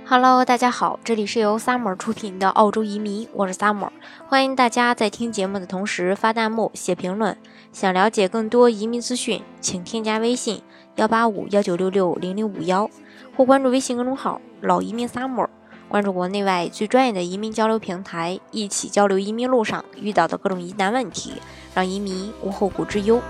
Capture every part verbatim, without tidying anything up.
Hello， 大家好，这里是由 Summer 出品的澳洲移民，我是 Summer， 欢迎大家在听节目的同时发弹幕、写评论。想了解更多移民资讯，请添加微信幺八五幺九六六零零五幺，或关注微信公众号老移民 Summer， 关注国内外最专业的移民交流平台，一起交流移民路上遇到的各种疑难问题，让移民无后顾之忧。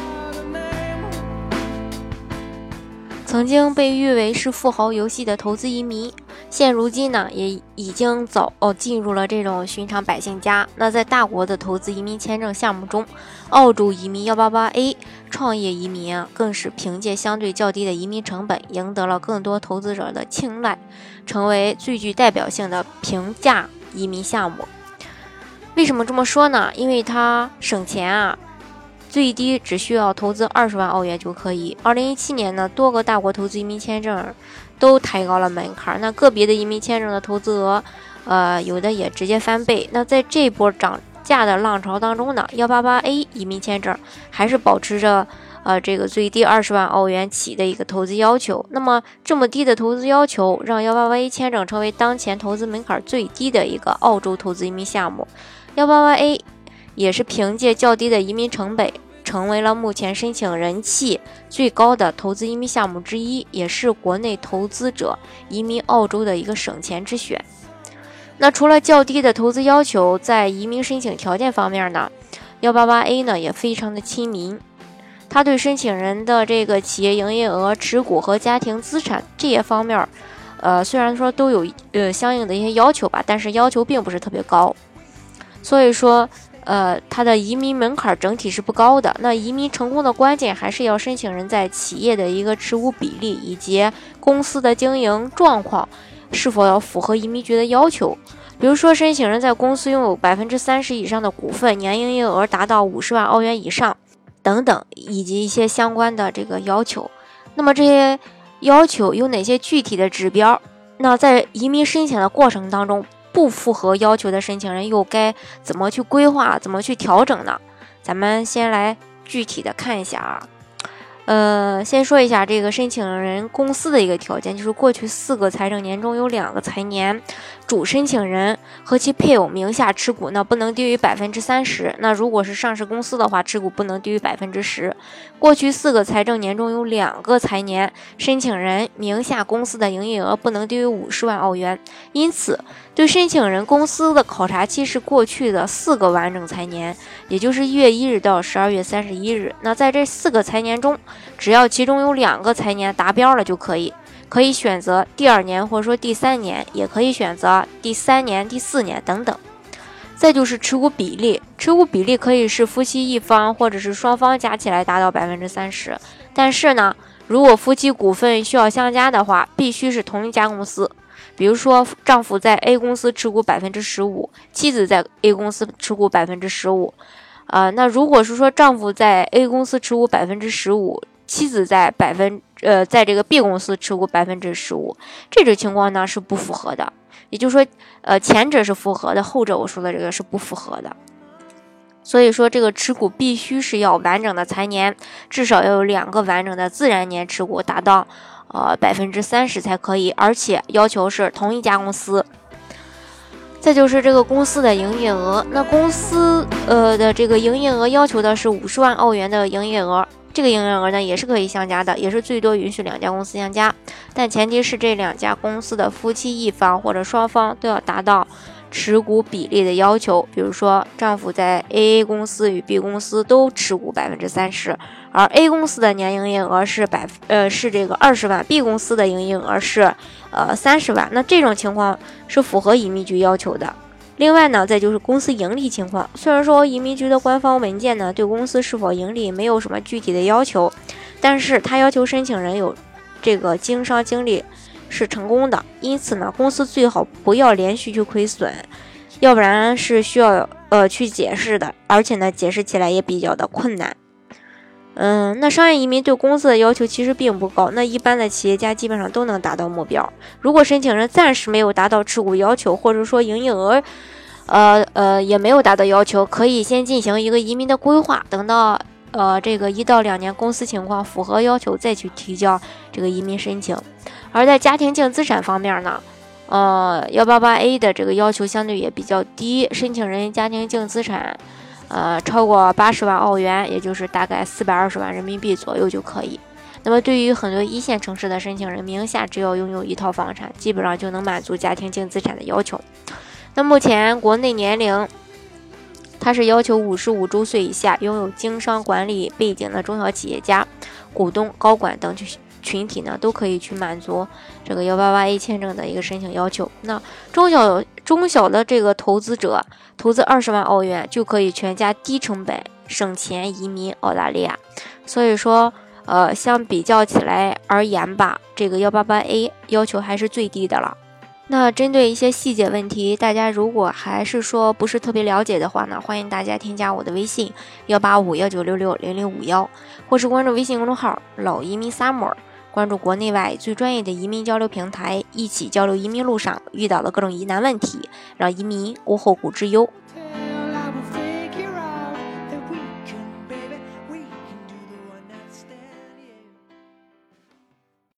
曾经被誉为是富豪游戏的投资移民，现如今呢也已经早哦进入了这种寻常百姓家。那在大国的投资移民签证项目中，澳洲移民 一八八 A 创业移民啊，更是凭借相对较低的移民成本，赢得了更多投资者的青睐，成为最具代表性的平价移民项目。为什么这么说呢？因为它省钱啊。最低只需要投资二十万澳元就可以。二零一七年呢，多个大国投资移民签证都抬高了门槛，那个别的移民签证的投资额，呃，有的也直接翻倍。那在这波涨价的浪潮当中呢 ，一八八 A 移民签证还是保持着呃这个最低二十万澳元起的一个投资要求。那么这么低的投资要求，让 一八八 A 签证成为当前投资门槛最低的一个澳洲投资移民项目。一八八 A也是凭借较低的移民成本，成为了目前申请人气最高的投资移民项目之一，也是国内投资者移民澳洲的一个省钱之选。那除了较低的投资要求，在移民申请条件方面呢 ，一八八 A 呢也非常的亲民，它对申请人的这个企业营业额、持股和家庭资产这些方面，呃，虽然说都有呃相应的一些要求吧，但是要求并不是特别高，所以说。呃，它的移民门槛整体是不高的。那移民成功的关键还是要申请人在企业的一个持股比例以及公司的经营状况是否要符合移民局的要求。比如说，申请人在公司拥有百分之三十以上的股份，年营业额达到五十万澳元以上等等，以及一些相关的这个要求。那么这些要求有哪些具体的指标？那在移民申请的过程当中，不符合要求的申请人又该怎么去规划，怎么去调整呢？咱们先来具体的看一下啊。呃，先说一下这个申请人公司的一个条件，就是过去四个财政年中有两个财年，主申请人和其配偶名下持股呢不能低于百分之三十。那如果是上市公司的话，持股不能低于百分之十。过去四个财政年中有两个财年，申请人名下公司的营业额不能低于五十万澳元。因此，对申请人公司的考察期是过去的四个完整财年，也就是一月一日到十二月三十一日。那在这四个财年中，只要其中有两个财年达标了就可以，可以选择第二年或者说第三年，也可以选择第三年、第四年等等。再就是持股比例，持股比例可以是夫妻一方或者是双方加起来达到百分之三十，但是呢，如果夫妻股份需要相加的话，必须是同一家公司。比如说，丈夫在 A 公司持股百分之十五，妻子在 A 公司持股百分之十五。呃，那如果是说丈夫在 A 公司持股百分之十五，妻子在百分呃在这个 B 公司持股百分之十五，这种情况呢是不符合的。也就是说，呃，前者是符合的，后者我说的这个是不符合的。所以说，这个持股必须是要完整的财年，至少要有两个完整的自然年持股达到呃百分之三十才可以，而且要求是同一家公司。再就是这个公司的营业额，那公司呃的这个营业额要求的是五十万澳元的营业额，这个营业额呢也是可以相加的，也是最多允许两家公司相加，但前提是这两家公司的夫妻一方或者双方都要达到持股比例的要求。比如说，丈夫在 A 公司与 B 公司都持股百分之三十，而 A 公司的年营业额是百呃是这个二十万 ，B 公司的营业额是呃三十万，那这种情况是符合移民局要求的。另外呢，再就是公司盈利情况。虽然说移民局的官方文件呢对公司是否盈利没有什么具体的要求，但是他要求申请人有这个经商经历是成功的，因此呢，公司最好不要连续去亏损，要不然是需要呃去解释的，而且呢，解释起来也比较的困难。嗯，那商业移民对公司的要求其实并不高，那一般的企业家基本上都能达到目标。如果申请人暂时没有达到持股要求，或者说营业额，呃呃也没有达到要求，可以先进行一个移民的规划，等到呃这个一到两年公司情况符合要求，再去提交这个移民申请。而在家庭净资产方面呢， 呃，幺八八 A 的这个要求相对也比较低，申请人家庭净资产，呃，超过八十万澳元，也就是大概四百二十万人民币左右就可以。那么对于很多一线城市的申请人，名下只要拥有一套房产，基本上就能满足家庭净资产的要求。那目前国内年龄，它是要求五十五周岁以下，拥有经商管理背景的中小企业家、股东、高管等群体呢，都可以去满足这个幺八八 A 签证的一个申请要求。那中小中小的这个投资者投资二十万澳元就可以全家低成本省钱移民澳大利亚。所以说，呃，相比较起来而言吧，这个幺八八 A 要求还是最低的了。那针对一些细节问题，大家如果还是说不是特别了解的话呢，欢迎大家添加我的微信幺八五幺九六六零零五幺，或是关注微信公众号老移民 Summer， 关注国内外最专业的移民交流平台，一起交流移民路上遇到的各种疑难问题，让移民无后顾之忧。